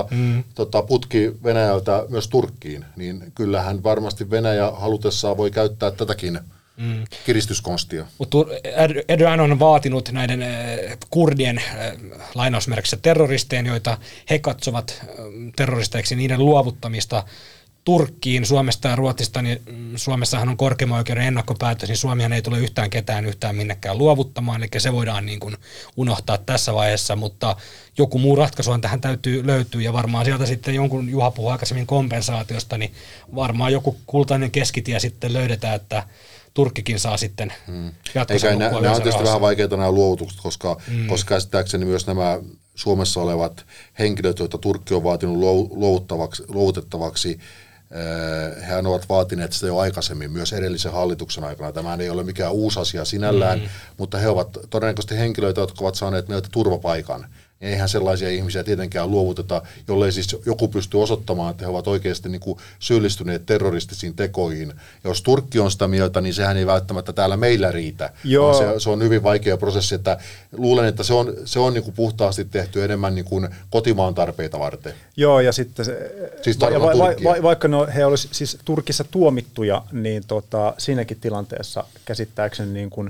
putki Venäjältä myös Turkkiin. Niin kyllähän varmasti Venäjä halutessaan voi käyttää tätäkin kiristyskonstia. Mutta Erdogan on vaatinut näiden kurdien lainausmerkissä terroristeja, joita he katsovat terroristeiksi, niiden luovuttamista Turkkiin, Suomesta ja Ruotsista, niin Suomessahan on korkeimman oikeuden ennakkopäätös, niin Suomihan ei tule yhtään minnekään luovuttamaan, eli se voidaan niin kuin unohtaa tässä vaiheessa, mutta joku muu ratkaisuhan tähän täytyy löytyä, ja varmaan sieltä sitten jonkun, Juha puhui aikaisemmin kompensaatiosta, niin varmaan joku kultainen keskitie sitten löydetään, että Turkkikin saa sitten jatkossa. Nämä on tietysti vähän vaikeita nämä luovutukset, koska käsittääkseni myös nämä Suomessa olevat henkilöt, joita Turkki on vaatinut luovutettavaksi, hehän ovat vaatineet sitä jo aikaisemmin, myös edellisen hallituksen aikana. Tämä ei ole mikään uusi asia sinällään, mutta he ovat todennäköisesti henkilöitä, jotka ovat saaneet meiltä turvapaikan. Eihän sellaisia ihmisiä tietenkään luovuteta, jollei siis joku pysty osoittamaan, että he ovat oikeasti niin kuin syyllistyneet terroristisiin tekoihin. Ja jos Turkki on sitä mieltä, niin sehän ei välttämättä täällä meillä riitä. Se on hyvin vaikea prosessi, että luulen, että se on niin kuin puhtaasti tehty enemmän niin kuin kotimaan tarpeita varten. Joo, ja sitten siis vaikka he olisivat siis Turkissa tuomittuja, niin siinäkin tilanteessa käsittääkseni niin kuin,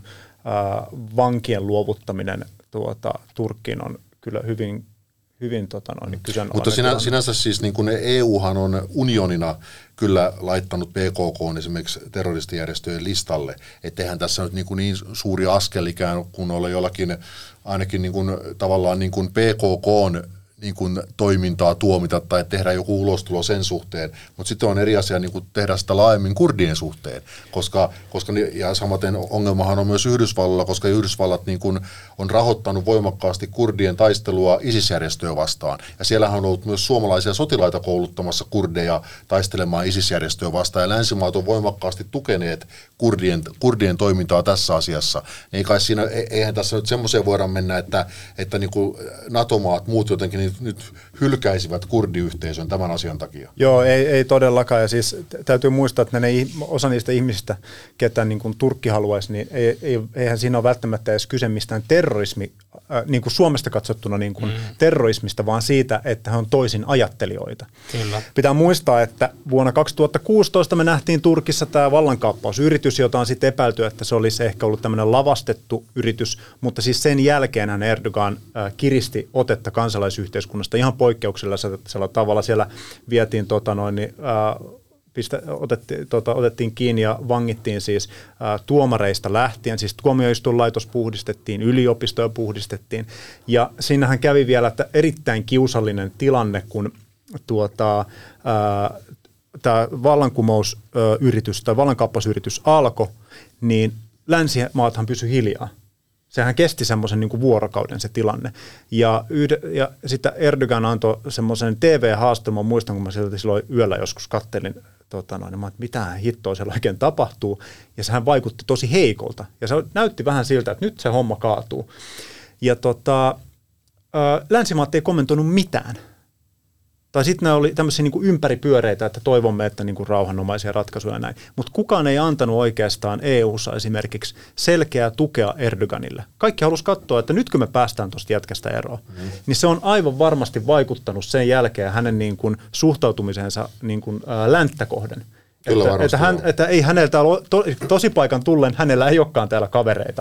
vankien luovuttaminen Turkkiin on kyllä hyvin kyseenalainen. Mutta sinänsä siis niin kuin EUhan on unionina kyllä laittanut PKK esimerkiksi terroristijärjestöjen listalle, etteihän tässä nyt niin suuri askel ikään kuin ole jollakin ainakin niin kuin, tavallaan niin kuin PKK:n niin kuin toimintaa tuomita tai tehdä joku ulostulo sen suhteen, mutta sitten on eri asia niin kuin tehdä sitä laajemmin kurdien suhteen, koska ja samaten ongelmahan on myös Yhdysvalloilla, koska Yhdysvallat niin kuin on rahoittanut voimakkaasti kurdien taistelua ISIS-järjestöä vastaan, ja siellähän on ollut myös suomalaisia sotilaita kouluttamassa kurdeja taistelemaan ISIS-järjestöä vastaan, ja länsimaat on voimakkaasti tukeneet kurdien toimintaa tässä asiassa. Eihän tässä nyt semmoiseen voida mennä, että niin kuin NATO-maat muut jotenkin nyt hylkäisivät kurdiyhteisön tämän asian takia. Joo, ei todellakaan. Ja siis täytyy muistaa, että osa niistä ihmisistä, ketä niin kuin Turkki haluaisi, niin eihän siinä ole välttämättä edes kyse mistään niin kuin Suomesta katsottuna niin kuin terrorismista, vaan siitä, että he on toisin ajattelijoita. Kyllä. Pitää muistaa, että vuonna 2016 me nähtiin Turkissa tämä vallankaappausyritys, jota on sitten epäilty, että se olisi ehkä ollut tämmöinen lavastettu yritys, mutta siis sen jälkeen Erdogan kiristi otetta kansalaisyhteiskunnasta ihan poikkeuksellisella tavalla. Siellä vietiin otettiin kiinni ja vangittiin siis tuomareista lähtien, siis tuomioistuinlaitos puhdistettiin, yliopistoja puhdistettiin, ja siinähän kävi vielä erittäin kiusallinen tilanne, kun tämä vallankumousyritys tai vallankaappausyritys alkoi, niin länsimaathan pysyi hiljaa. Sehän kesti semmoisen niin kuin vuorokauden se tilanne. Ja sitten Erdogan antoi semmoisen TV-haastelman, muistan kun mä sieltä silloin yöllä joskus kattelin, että mitä hittoa siellä oikein tapahtuu. Ja sehän vaikutti tosi heikolta. Ja se näytti vähän siltä, että nyt se homma kaatuu. Ja länsimaat ei kommentoinut mitään. Tai sitten nämä oli tämmöisiä niin kuin ympäripyöreitä, että toivomme, että niin kuin rauhanomaisia ratkaisuja ja näin. Mutta kukaan ei antanut oikeastaan EU:ssa esimerkiksi selkeää tukea Erdoganille. Kaikki halusi katsoa, että nyt kun me päästään tuosta jätkästä eroon, niin se on aivan varmasti vaikuttanut sen jälkeen hänen niin kuin suhtautumisensa niin kuin länttä kohden. Että ei häneltä ole tosipaikan tullen, hänellä ei olekaan täällä kavereita.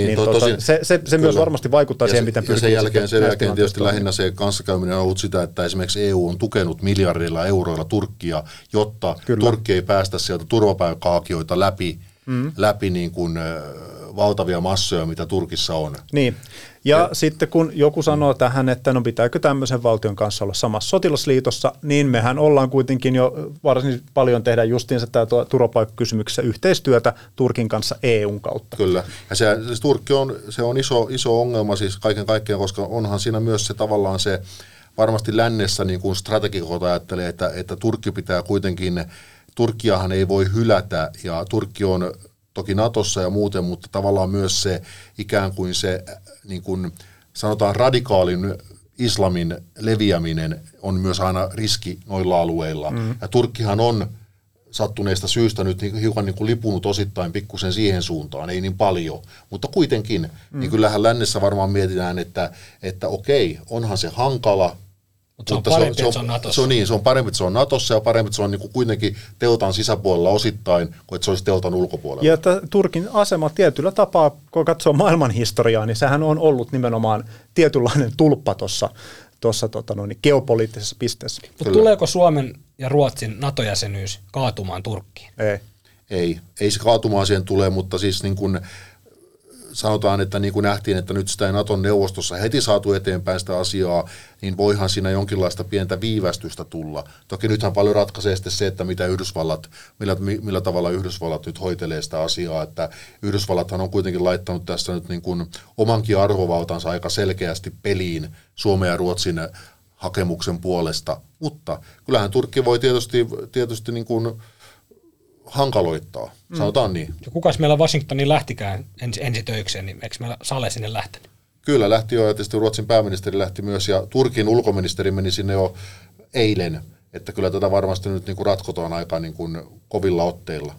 Se myös varmasti vaikuttaa siihen, miten pyrkii. Sen jälkeen tietysti lähinnä se kanssakäyminen on ollut sitä, että esimerkiksi EU on tukenut miljardilla euroilla Turkkia, jotta Turkki ei päästä sieltä turvapaikanhakijoita läpi niin kuin valtavia massoja, mitä Turkissa on. Niin. Ja sitten kun joku sanoo tähän, että no pitääkö tämmöisen valtion kanssa olla samassa sotilasliitossa, niin mehän ollaan kuitenkin jo varsin paljon tehdä justiinsa tämä turvapaikkakysymyksessä yhteistyötä Turkin kanssa EUn kautta. Kyllä. Ja siis Turkki on iso ongelma siis kaiken kaikkiaan, koska onhan siinä myös se tavallaan se varmasti lännessä niin kuin strategikot ajattelee, että Turkki pitää kuitenkin, Turkkiahan ei voi hylätä ja Turkki on toki Natossa ja muuten, mutta tavallaan myös se ikään kuin se niin kuin sanotaan radikaalin islamin leviäminen on myös aina riski noilla alueilla. Ja Turkkihan on sattuneesta syystä nyt hiukan niin kuin lipunut osittain pikkusen siihen suuntaan, ei niin paljon, mutta kuitenkin, niin kyllähän lännessä varmaan mietitään, että okei, onhan se hankala, mutta se on parempi, että se on Natossa. Se on parempi, että se on Natossa ja parempi, että se on niin kuin kuitenkin teltan sisäpuolella osittain, kuin että se olisi teltan ulkopuolella. Ja Turkin asema tietyllä tapaa, kun katsoo maailmanhistoriaa, niin sehän on ollut nimenomaan tietynlainen tulppa tuossa geopoliittisessa pisteessä. Mutta tuleeko Suomen ja Ruotsin NATO-jäsenyys kaatumaan Turkkiin? Ei se kaatumaan siihen tule, mutta siis niin kuin sanotaan, että niin kuin nähtiin, että nyt sitä ei Naton neuvostossa heti saatu eteenpäin sitä asiaa, niin voihan siinä jonkinlaista pientä viivästystä tulla. Toki nythän paljon ratkaisee sitten se, että millä tavalla Yhdysvallat nyt hoitelee sitä asiaa, että Yhdysvallathan on kuitenkin laittanut tässä nyt niin kuin omankin arvovaltansa aika selkeästi peliin Suomen ja Ruotsin hakemuksen puolesta, mutta kyllähän Turkki voi tietysti niin kuin hankaloittaa, sanotaan niin. Ja kukas meillä Washingtoniin lähtikään ensitöikseen, niin eikö meillä Sale sinne lähtenyt? Kyllä lähti jo, ja tietysti Ruotsin pääministeri lähti myös, ja Turkin ulkoministeri meni sinne jo eilen, että kyllä tätä varmasti nyt niin kuin ratkotaan aika niin kuin kovilla otteilla.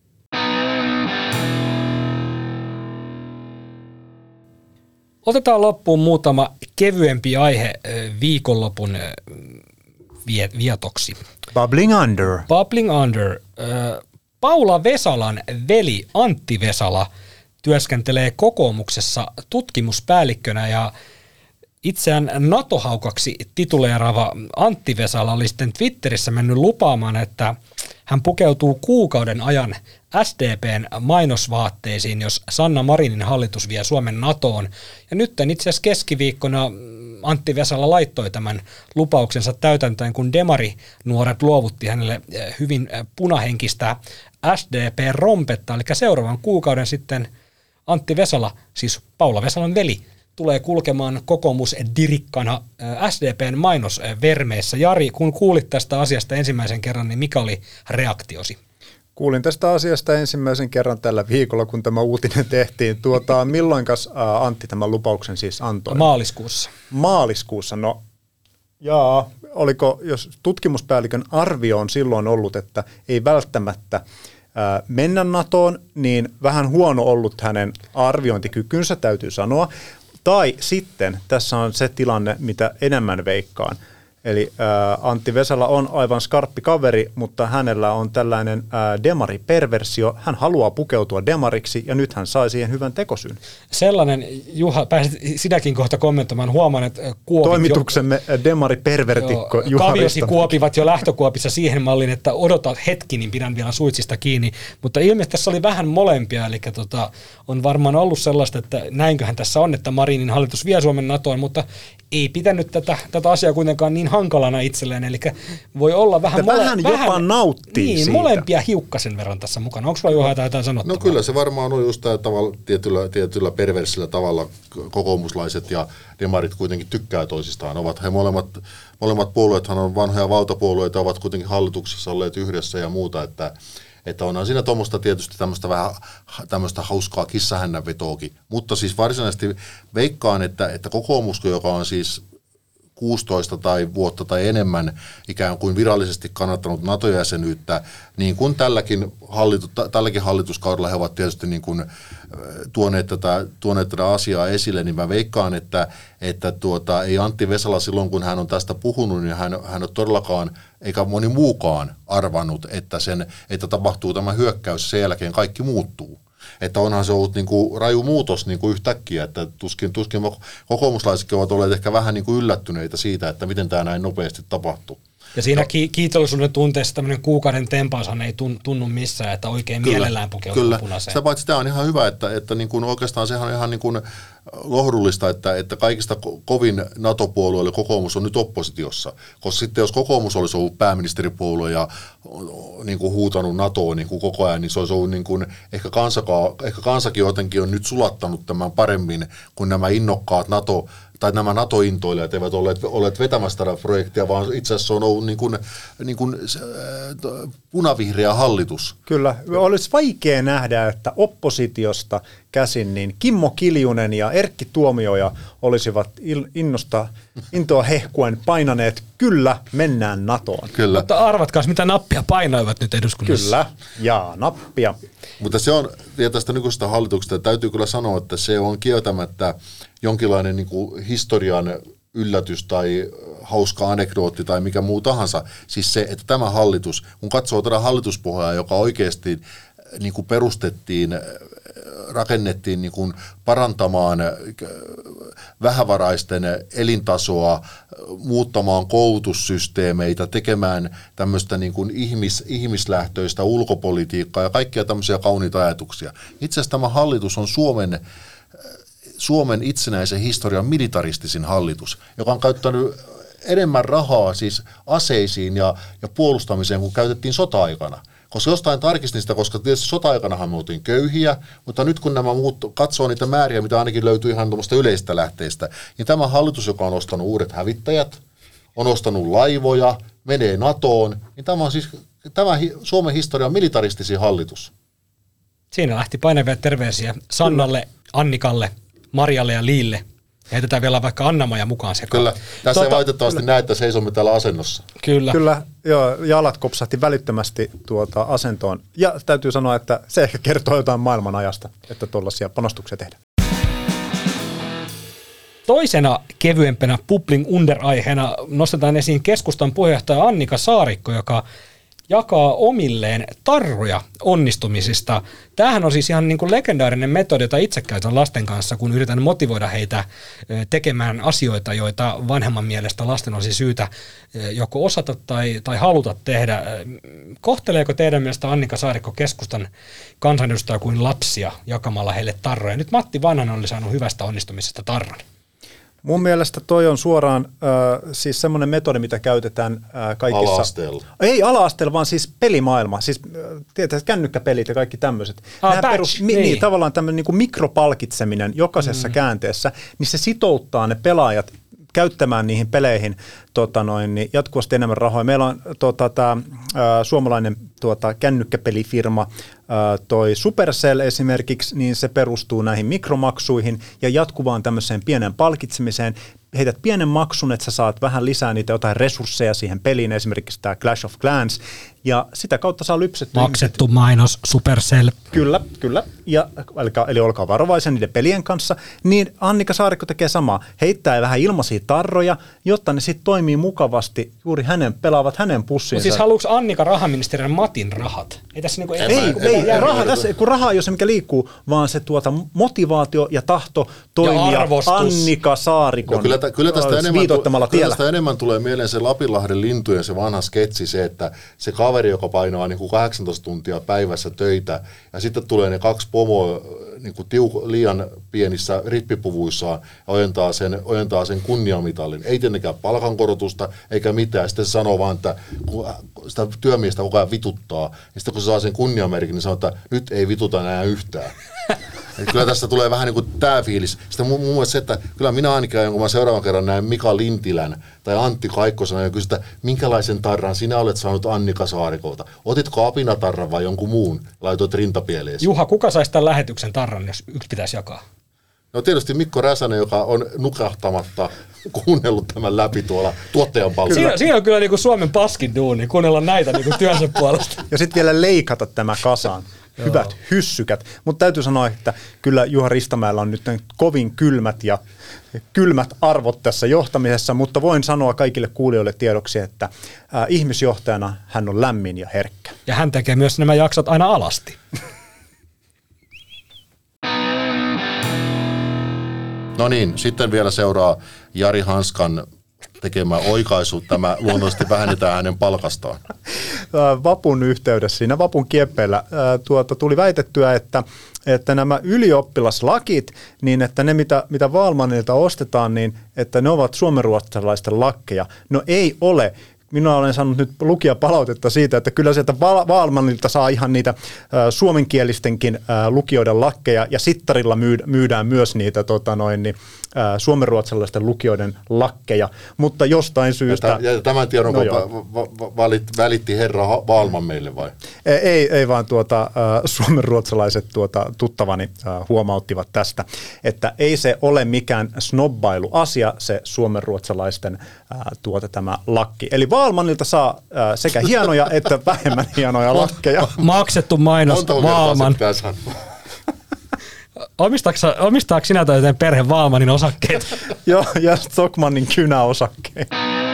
Otetaan loppuun muutama kevyempi aihe viikonlopun vietoksi. Bubbling Under. Bubbling Under. Paula Vesalan veli Antti Vesala työskentelee kokoomuksessa tutkimuspäällikkönä ja itseään NATO-haukaksi tituleeraava Antti Vesala oli sitten Twitterissä mennyt lupaamaan, että hän pukeutuu kuukauden ajan SDPn mainosvaatteisiin, jos Sanna Marinin hallitus vie Suomen NATOon. Ja nyt itse asiassa keskiviikkona Antti Vesala laittoi tämän lupauksensa täytäntöön, kun demarinuoret luovutti hänelle hyvin punahenkistä SDP-rompetta. Eli seuraavan kuukauden sitten Antti Vesala, siis Paula Vesalan veli, tulee kulkemaan kokoomusdirikkana SDPn mainosvermeissä. Jari, kun kuulit tästä asiasta ensimmäisen kerran, niin mikä oli reaktiosi? Kuulin tästä asiasta ensimmäisen kerran tällä viikolla, kun tämä uutinen tehtiin. Milloinkas Antti tämän lupauksen siis antoi? Maaliskuussa. Maaliskuussa, no oliko, jos tutkimuspäällikön arvio on silloin ollut, että ei välttämättä mennä NATOon, niin vähän huono ollut hänen arviointikykynsä, täytyy sanoa. Tai sitten tässä on se tilanne, mitä enemmän veikkaan. Eli Antti Vesala on aivan skarppi kaveri, mutta hänellä on tällainen demariperversio. Hän haluaa pukeutua demariksi ja nyt hän sai siihen hyvän tekosyyn. Sellainen, Juha, pääsit sinäkin kohta kommentoimaan. Huomaan, että toimituksemme demaripervertikko Juha kaviosi kuopivat jo lähtökuopissa siihen malliin, että odotat hetki, niin pidän vielä suitsista kiinni. Mutta ilmeisesti tässä oli vähän molempia, eli on varmaan ollut sellaista, että näinköhän tässä on, että Marinin hallitus vie Suomen NATOon, mutta ei pitänyt tätä asiaa kuitenkaan niin hankalana itselleen, eli voi olla vähän jopa nauttii siitä. Molempia hiukkasen verran tässä mukana. Onko sulla Juha jotain sanottavaa? No kyllä se varmaan on just tämä tietyllä perversillä tavalla kokoomuslaiset ja demarit kuitenkin tykkää toisistaan. Ovat he molemmat puolueethan on vanhoja valtapuolueita, ovat kuitenkin hallituksessa olleet yhdessä ja muuta, että onhan siinä tuommoista tietysti tämmöistä hauskaa kissahännänvetoakin. Mutta siis varsinaisesti veikkaan, että kokoomus, joka on siis 16 tai vuotta tai enemmän ikään kuin virallisesti kannattanut NATO-jäsenyyttä, niin kuin tälläkin hallituskaudella he ovat tietysti niin kuin tuoneet tätä asiaa esille, niin mä veikkaan, että ei Antti Vesala silloin, kun hän on tästä puhunut, niin hän on todellakaan, eikä moni muukaan arvannut, että tapahtuu tämä hyökkäys, sen jälkeen kaikki muuttuu. Että onhan se ollut niin kuin raju muutos niin kuin yhtäkkiä, että tuskin kokoomuslaisetkin ovat olleet ehkä vähän niin kuin yllättyneitä siitä, että miten tämä näin nopeasti tapahtuu. Ja siinä kiitollisuuden tunteessa tämmöinen kuukauden tempaushan ei tunnu missään, että oikein mielellään pukeutuu punaiseen. Sitä paitsi tämä on ihan hyvä, että niin kuin oikeastaan sehän on ihan niin kuin lohdullista, että kaikista kovin NATO-puolueille kokoomus on nyt oppositiossa. Koska sitten jos kokoomus olisi ollut pääministeripuolue ja niin kuin huutanut NATOa niin kuin koko ajan, niin se olisi ollut niin kuin, ehkä kansakin jotenkin on nyt sulattanut tämän paremmin kuin nämä innokkaat nämä NATO-intoilijat eivät olleet vetämässä tätä projektia, vaan itse asiassa on ollut niin kuin punavihreä hallitus. Kyllä, olisi vaikea nähdä, että oppositiosta käsin niin Kimmo Kiljunen ja Erkki Tuomioja olisivat intoa hehkuen painaneet, kyllä, mennään NATOon. Kyllä. Mutta arvatkaas, mitä nappia painoivat nyt eduskunnassa. Kyllä, ja nappia. Mutta se on, ja tästä nykyisestä hallituksesta täytyy kyllä sanoa, että se on kieltämättä jonkinlainen niin kuin historian yllätys tai hauska anekdootti tai mikä muu tahansa. Siis se, että tämä hallitus, kun katsoo tätä hallituspohjaa, joka oikeasti niin kuin rakennettiin niin kuin parantamaan vähävaraisten elintasoa, muuttamaan koulutussysteemeitä, tekemään tämmöistä niin kuin ihmislähtöistä ulkopolitiikkaa ja kaikkia tämmöisiä kauniita ajatuksia. Itse asiassa tämä hallitus on Suomen itsenäisen historian militaristisin hallitus, joka on käyttänyt enemmän rahaa siis aseisiin ja puolustamiseen, kun käytettiin sota-aikana. Koska jostain tarkistin sitä, koska tietysti sota-aikanahan me oltiin köyhiä, mutta nyt kun nämä muut katsoo niitä määriä, mitä ainakin löytyy ihan tuommoista yleistä lähteistä, niin tämä hallitus, joka on ostanut uudet hävittäjät, on ostanut laivoja, menee NATOon, niin tämä on siis Suomen historian militaristisin hallitus. Siinä lähti painavia terveisiä Sannalle, Annikalle, Marjalle ja Liille. Heitetään vielä vaikka Anna-Maja mukaan sekaan. Kyllä. Tässä ei valitettavasti näe, että seisomme täällä asennossa. Kyllä, joo, jalat kopsahti välittömästi asentoon. Ja täytyy sanoa, että se ehkä kertoo jotain maailman ajasta, että tuollaisia panostuksia tehdään. Toisena kevyempänä Publing Under-aiheena nostetaan esiin keskustan puheenjohtaja Annika Saarikko, joka jakaa omilleen tarroja onnistumisista. Tämähän on siis ihan niin kuin legendaarinen metodi, jota itse käytän lasten kanssa, kun yritän motivoida heitä tekemään asioita, joita vanhemman mielestä lasten olisi syytä joko osata tai haluta tehdä. Kohteleeko teidän mielestä Annika Saarikko keskustan kansanedustaja kuin lapsia jakamalla heille tarroja? Nyt Matti Vanhanen oli saanut hyvästä onnistumisesta tarran. Mun mielestä toi on suoraan siis semmoinen metodi, mitä käytetään kaikissa... Ala-asteella. Ei ala-asteella, vaan siis pelimaailma. Siis tietysti kännykkäpelit ja kaikki tämmöiset. Niin, tavallaan tämmöinen niin kuin mikropalkitseminen jokaisessa käänteessä, niin se sitouttaa ne pelaajat käyttämään niihin peleihin niin jatkuvasti enemmän rahoja. Meillä on tämä suomalainen kännykkäpelifirma, toi Supercell esimerkiksi, niin se perustuu näihin mikromaksuihin ja jatkuvaan tämmöiseen pienen palkitsemiseen. Heität pienen maksun, että sä saat vähän lisää niitä jotain resursseja siihen peliin, esimerkiksi tämä Clash of Clans, Ja sitä kautta saa lypsettyä. Maksettu mainos, Supercell. Kyllä. Eli olkaa varovaisia niiden pelien kanssa. Niin Annika Saarikko tekee samaa. Heittää vähän ilmaisia tarroja, jotta ne sitten toimii mukavasti juuri pelaavat hänen pussiinsa. Siis haluuks Annika rahaministeriön Matin rahat? Ei tässä niinku kun raha ei ole se, mikä liikkuu, vaan se motivaatio ja tahto toimia Annika Saarikon viitoittamalla tiellä. Tästä enemmän tulee mieleen se Lapinlahden lintujen se vanha sketsi, se, että se kaveri, joka painaa niin kuin 18 tuntia päivässä töitä, ja sitten tulee ne 2 pomoa niin kuin liian pienissä rippipuvuissaan ja ojentaa sen kunniamitalin. Ei tietenkään palkankorotusta eikä mitään. Sitten se sanoo vaan, että kun sitä työmiestä koko ajan vituttaa, niin sitten kun se saa sen kunniamerkin, niin sanoo, että nyt ei vituta enää yhtään. Eli kyllä tästä tulee vähän niin kuin tämä fiilis. Sitten mun mielestä se, että kyllä minä ainakin, kun mä seuraavan kerran näen Mika Lintilän tai Antti Kaikkosen ja kysytä, minkälaisen tarran sinä olet saanut Annika Saarikolta? Otitko apinatarran vai jonkun muun? Laitoit rintapieleesi. Juha, kuka saisi tämän lähetyksen tarran, jos yksi pitäisi jakaa? No tietysti Mikko Räsänen, joka on nukahtamatta kuunnellut tämän läpi tuolla tuottajan palvelulla. Siinä on kyllä niinku Suomen paskin duuni, kuunnella näitä niinku työnsä puolesta. Ja sitten vielä leikata tämä kasaan. Hyvät hyssykät. Mutta täytyy sanoa, että kyllä Juha Ristamäellä on nyt kovin kylmät arvot tässä johtamisessa, mutta voin sanoa kaikille kuulijoille tiedoksi, että ihmisjohtajana hän on lämmin ja herkkä. Ja hän tekee myös nämä jaksot aina alasti. No niin, sitten vielä seuraa Jari Hanskan tekemä oikaisu. Tämä luonnollisesti vähennetään hänen palkastaan. Vapun yhteydessä, siinä Vapun kieppeillä tuli väitettyä, että nämä ylioppilaslakit, niin että ne mitä Wallmanilta ostetaan, niin että ne ovat suomenruotsalaisten lakkeja. No ei ole. Minä olen saanut nyt lukijapalautetta siitä, että kyllä sieltä Wallmanilta saa ihan niitä suomenkielistenkin lukijoiden lakkeja, ja Sittarilla myydään myös niitä suomenruotsalaisten lukijoiden lakkeja, mutta jostain syystä... Ja tämän tiedon välitti herra Wallman meille vai? Ei vaan suomenruotsalaiset tuttavani huomauttivat tästä, että ei se ole mikään snobbailuasia se suomenruotsalaisten tämä lakki. Eli Wallmanilta saa sekä hienoja että vähemmän hienoja lakkeja. Maksettu mainos, Wallman. Omistaako sinä tai perhe Wallmanin osakkeita? Joo, ja Stockmannin kynäosakkeita.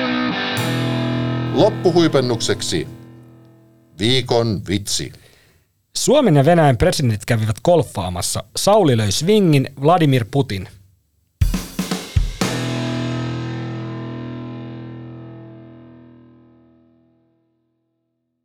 Loppuhuipennukseksi viikon vitsi. Suomen ja Venäjän presidentit kävivät golfaamassa. Sauli löi swingin, Vladimir Putin